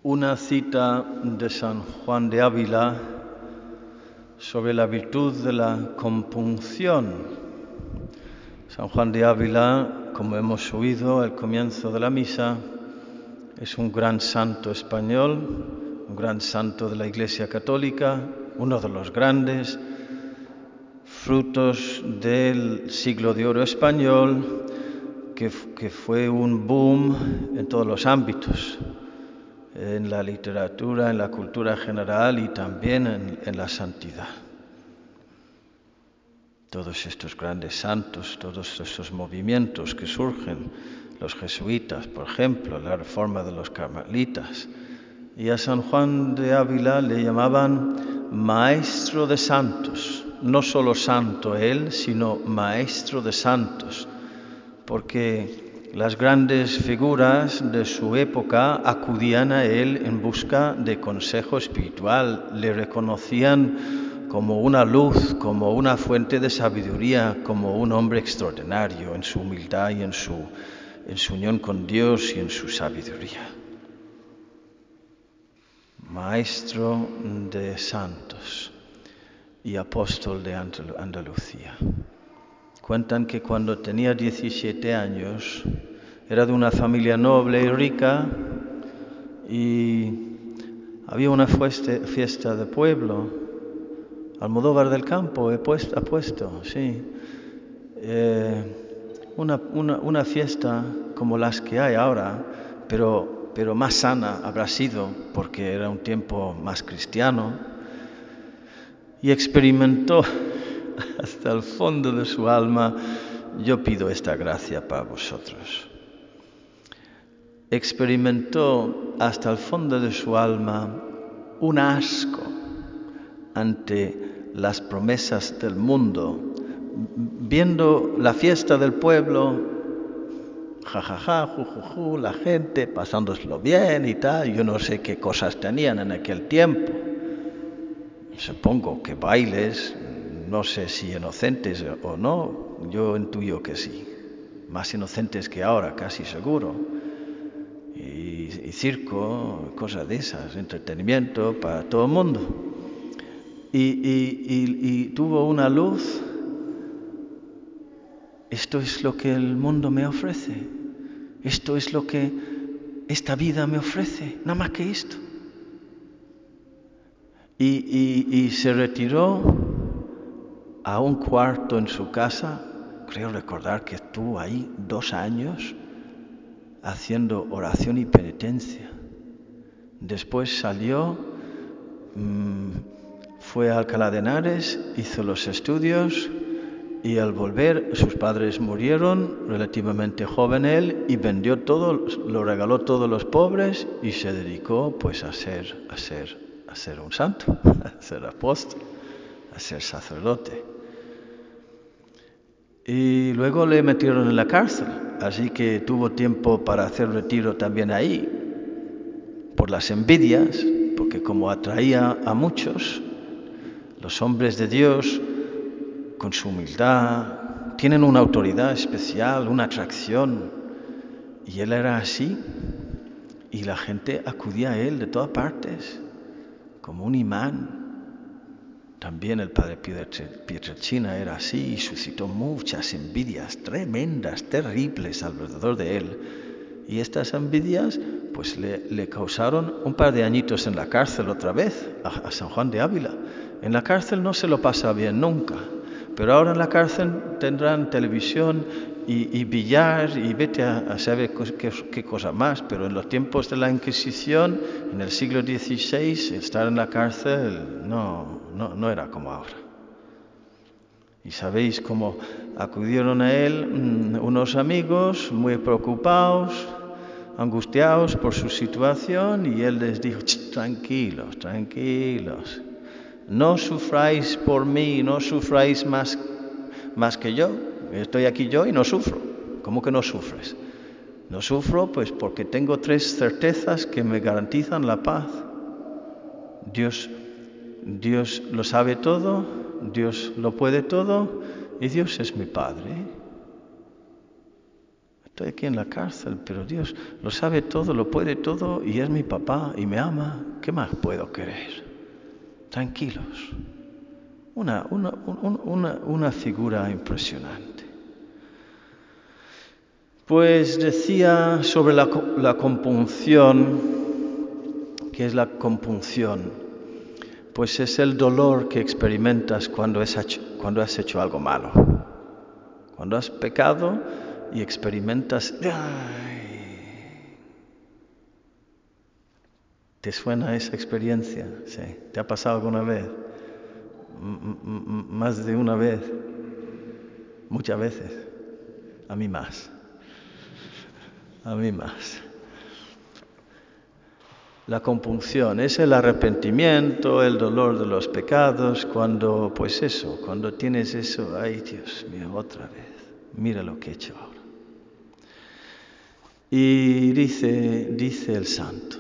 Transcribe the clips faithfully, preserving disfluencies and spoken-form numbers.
Una cita de San Juan de Ávila sobre la virtud de la compunción. San Juan de Ávila, como hemos oído al comienzo de la misa, es un gran santo español, un gran santo de la Iglesia Católica, uno de los grandes frutos del siglo de oro español, que, que fue un boom en todos los ámbitos, en la literatura, en la cultura general y también en, en la santidad. Todos estos grandes santos, todos estos movimientos que surgen, los jesuitas, por ejemplo, la reforma de los carmelitas, y a San Juan de Ávila le llamaban maestro de santos, no solo santo él, sino maestro de santos, porque las grandes figuras de su época acudían a él en busca de consejo espiritual, le reconocían como una luz, como una fuente de sabiduría, como un hombre extraordinario en su humildad y en su, en su unión con Dios y en su sabiduría. Maestro de santos y apóstol de Andalucía. Cuentan que cuando tenía diecisiete años era de una familia noble y rica y había una fiesta de pueblo. Almodóvar del Campo he puesto, ha puesto, sí. Eh, una, una, una fiesta como las que hay ahora, pero, pero más sana habrá sido porque era un tiempo más cristiano. Y experimentó hasta el fondo de su alma: yo pido esta gracia para vosotros. Experimentó hasta el fondo de su alma un asco ante las promesas del mundo, viendo la fiesta del pueblo, jajaja, jujuju, la gente pasándoslo bien y tal. Yo no sé qué cosas tenían en aquel tiempo. Supongo que bailes, no sé si inocentes o no, yo intuyo que sí, más inocentes que ahora, casi seguro, y, y circo, cosas de esas, entretenimiento para todo el mundo, y, y, y, y tuvo una luz: esto es lo que el mundo me ofrece, esto es lo que esta vida me ofrece, nada más que esto. Y, y, y se retiró a un cuarto en su casa. Creo recordar que estuvo ahí dos años haciendo oración y penitencia. Después salió, mmm, fue a Alcalá de Henares, hizo los estudios y al volver sus padres murieron, relativamente joven él, y vendió todo, lo regaló todo a los pobres y se dedicó pues a ser, a ser, a ser un santo, a ser apóstol, a ser sacerdote. Y luego le metieron en la cárcel, así que tuvo tiempo para hacer retiro también ahí, por las envidias, porque como atraía a muchos, los hombres de Dios, con su humildad, tienen una autoridad especial, una atracción, y él era así, y la gente acudía a él de todas partes, como un imán. También el padre Pietrelcina era así y suscitó muchas envidias tremendas, terribles alrededor de él. Y estas envidias pues le, le causaron un par de añitos en la cárcel otra vez, a, a San Juan de Ávila. En la cárcel no se lo pasa bien nunca, pero ahora en la cárcel tendrán televisión y, y billar y vete a, a saber qué, qué cosa más. Pero en los tiempos de la Inquisición, en el siglo dieciséis, estar en la cárcel no, no, no era como ahora. Y sabéis cómo acudieron a él mmm, unos amigos muy preocupados, angustiados por su situación, y él les dijo: tranquilos, tranquilos, no sufráis por mí, no sufráis más, más que yo. Estoy aquí yo y no sufro. ¿Cómo que no sufres? No sufro pues porque tengo tres certezas que me garantizan la paz. Dios, Dios lo sabe todo, Dios lo puede todo y Dios es mi Padre. estoy aquí en la cárcel, pero Dios lo sabe todo, lo puede todo y es mi papá y me ama. ¿Qué más puedo querer? Tranquilos. Una, una, una, una figura impresionante. Pues decía sobre la, la compunción, ¿qué es la compunción? Pues es el dolor que experimentas cuando, es hecho, cuando has hecho algo malo. Cuando has pecado y experimentas... ¡Ay! ¿Te suena esa experiencia? Sí. ¿Te ha pasado alguna vez? M- m- más de una vez. Muchas veces. A mí más. A mí más. La compunción es el arrepentimiento, el dolor de los pecados, cuando, pues eso, cuando tienes eso, ay Dios mío, otra vez, mira lo que he hecho ahora. Y dice, dice el santo,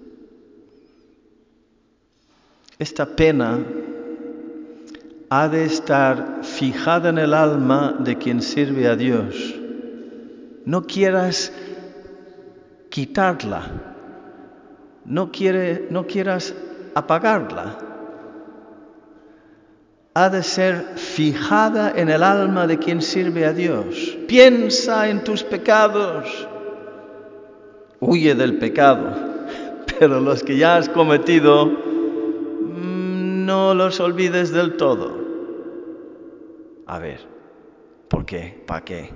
esta pena ha de estar fijada en el alma de quien sirve a Dios. No quieras quitarla, no, quiere, no quieras apagarla. Ha de ser fijada en el alma de quien sirve a Dios. Piensa en tus pecados. Huye del pecado, pero los que ya has cometido, no los olvides del todo. A ver, ¿por qué? ¿Para qué?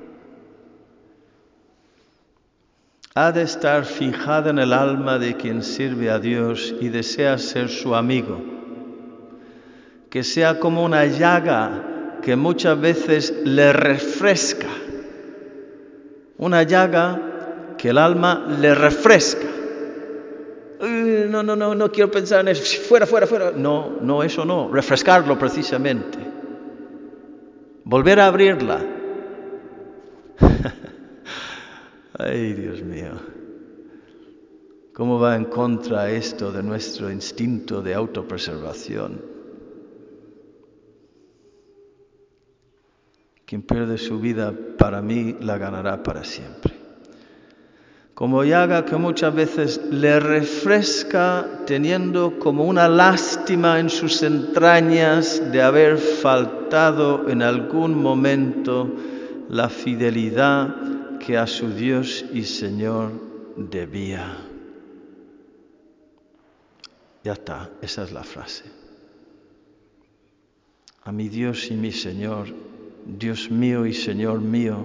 Ha de estar fijada en el alma de quien sirve a Dios y desea ser su amigo. Que sea como una llaga que muchas veces le refresca. Una llaga que el alma le refresca. Uh, no, no, no, no quiero pensar en eso. Fuera, fuera, fuera. No, no, eso no. Refrescarlo precisamente. Volver a abrirla. Ay, Dios mío. ¿Cómo va en contra esto de nuestro instinto de autopreservación? Quien pierde su vida, para mí, la ganará para siempre. Como llaga que muchas veces le refresca teniendo como una lástima en sus entrañas de haber faltado en algún momento la fidelidad que a su Dios y Señor debía. Ya está, esa es la frase. A mi Dios y mi Señor, Dios mío y Señor mío,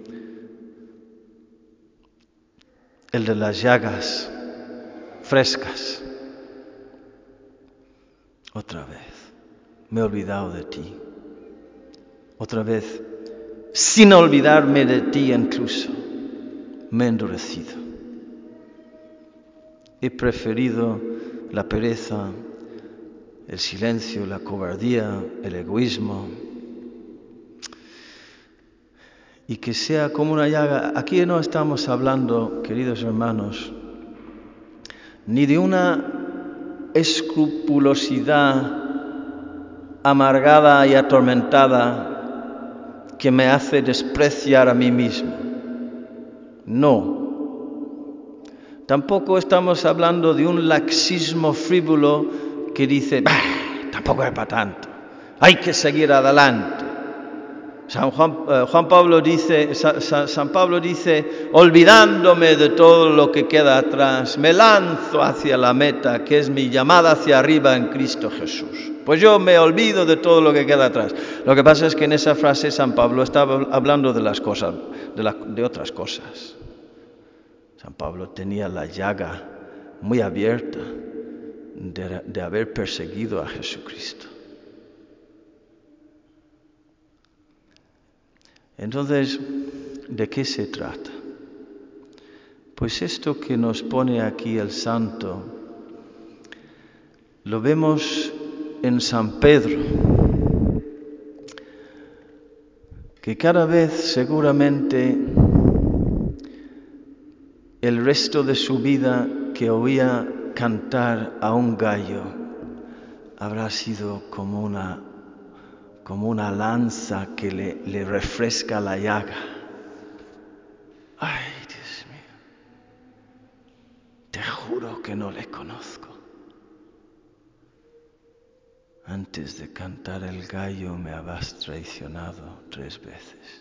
el de las llagas frescas. Otra vez, me he olvidado de ti. Otra vez, sin olvidarme de ti incluso, me he endurecido. He preferido la pereza, el silencio, la cobardía, el egoísmo. Y que sea como una llaga. Aquí no estamos hablando, queridos hermanos, ni de una escrupulosidad amargada y atormentada que me hace despreciar a mí mismo. No. Tampoco estamos hablando de un laxismo frívolo que dice, bah, tampoco es para tanto, hay que seguir adelante. San Juan, eh, Juan Pablo dice, Sa, Sa, San Pablo dice, olvidándome de todo lo que queda atrás, me lanzo hacia la meta, que es mi llamada hacia arriba en Cristo Jesús. Pues yo me olvido de todo lo que queda atrás. Lo que pasa es que en esa frase San Pablo estaba hablando de las cosas, de, la, de otras cosas. San Pablo tenía la llaga muy abierta de, de haber perseguido a Jesucristo. Entonces, ¿de qué se trata? Pues esto que nos pone aquí el santo, lo vemos en San Pedro, que cada vez seguramente el resto de su vida que oía cantar a un gallo habrá sido como una, como una lanza que le, le refresca la llaga. Ay, juro que no le conozco. Antes de cantar el gallo me habías traicionado tres veces.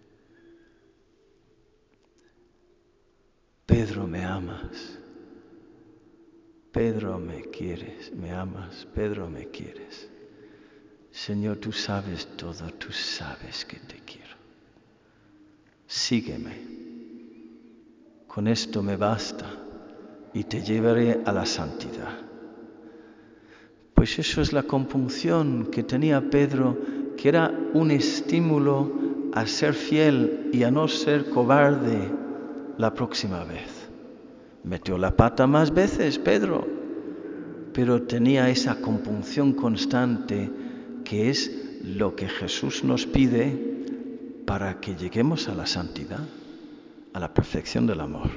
Pedro, me amas. Pedro, me quieres, me amas. Pedro, me quieres. Señor, tú sabes todo, tú sabes que te quiero. Sígueme. Con esto me basta y te llevaré a la santidad. Pues eso es la compunción que tenía Pedro, que era un estímulo a ser fiel y a no ser cobarde la próxima vez. Metió la pata más veces, Pedro, pero tenía esa compunción constante que es lo que Jesús nos pide para que lleguemos a la santidad, a la perfección del amor.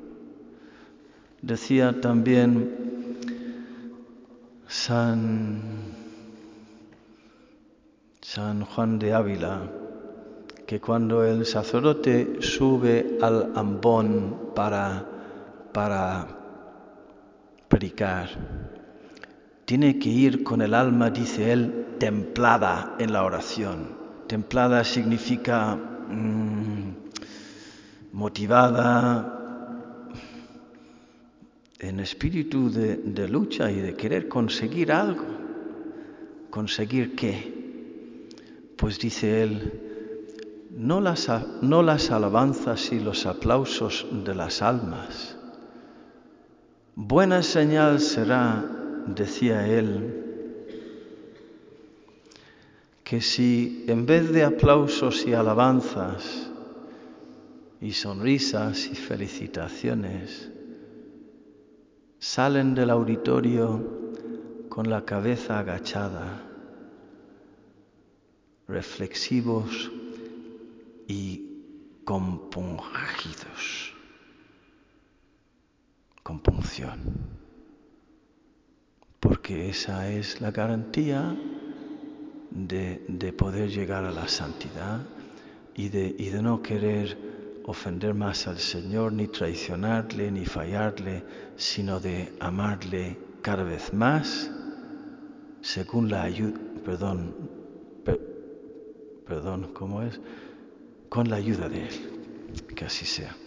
Decía también San, San Juan de Ávila que cuando el sacerdote sube al ambón para, para predicar, tiene que ir con el alma, dice él, templada en la oración. Templada significa mmm, motivada, en espíritu de, de lucha y de querer conseguir algo. ¿Conseguir qué? Pues dice él, no las, no las alabanzas y los aplausos de las almas. Buena señal será, decía él, que si en vez de aplausos y alabanzas y sonrisas y felicitaciones salen del auditorio con la cabeza agachada, reflexivos y compungidos. Compunción. Porque esa es la garantía de, de poder llegar a la santidad y de, y de no querer ofender más al Señor, ni traicionarle, ni fallarle, sino de amarle cada vez más, según la ayuda, perdón, per, perdón, ¿cómo es? Con la ayuda de Él, que así sea.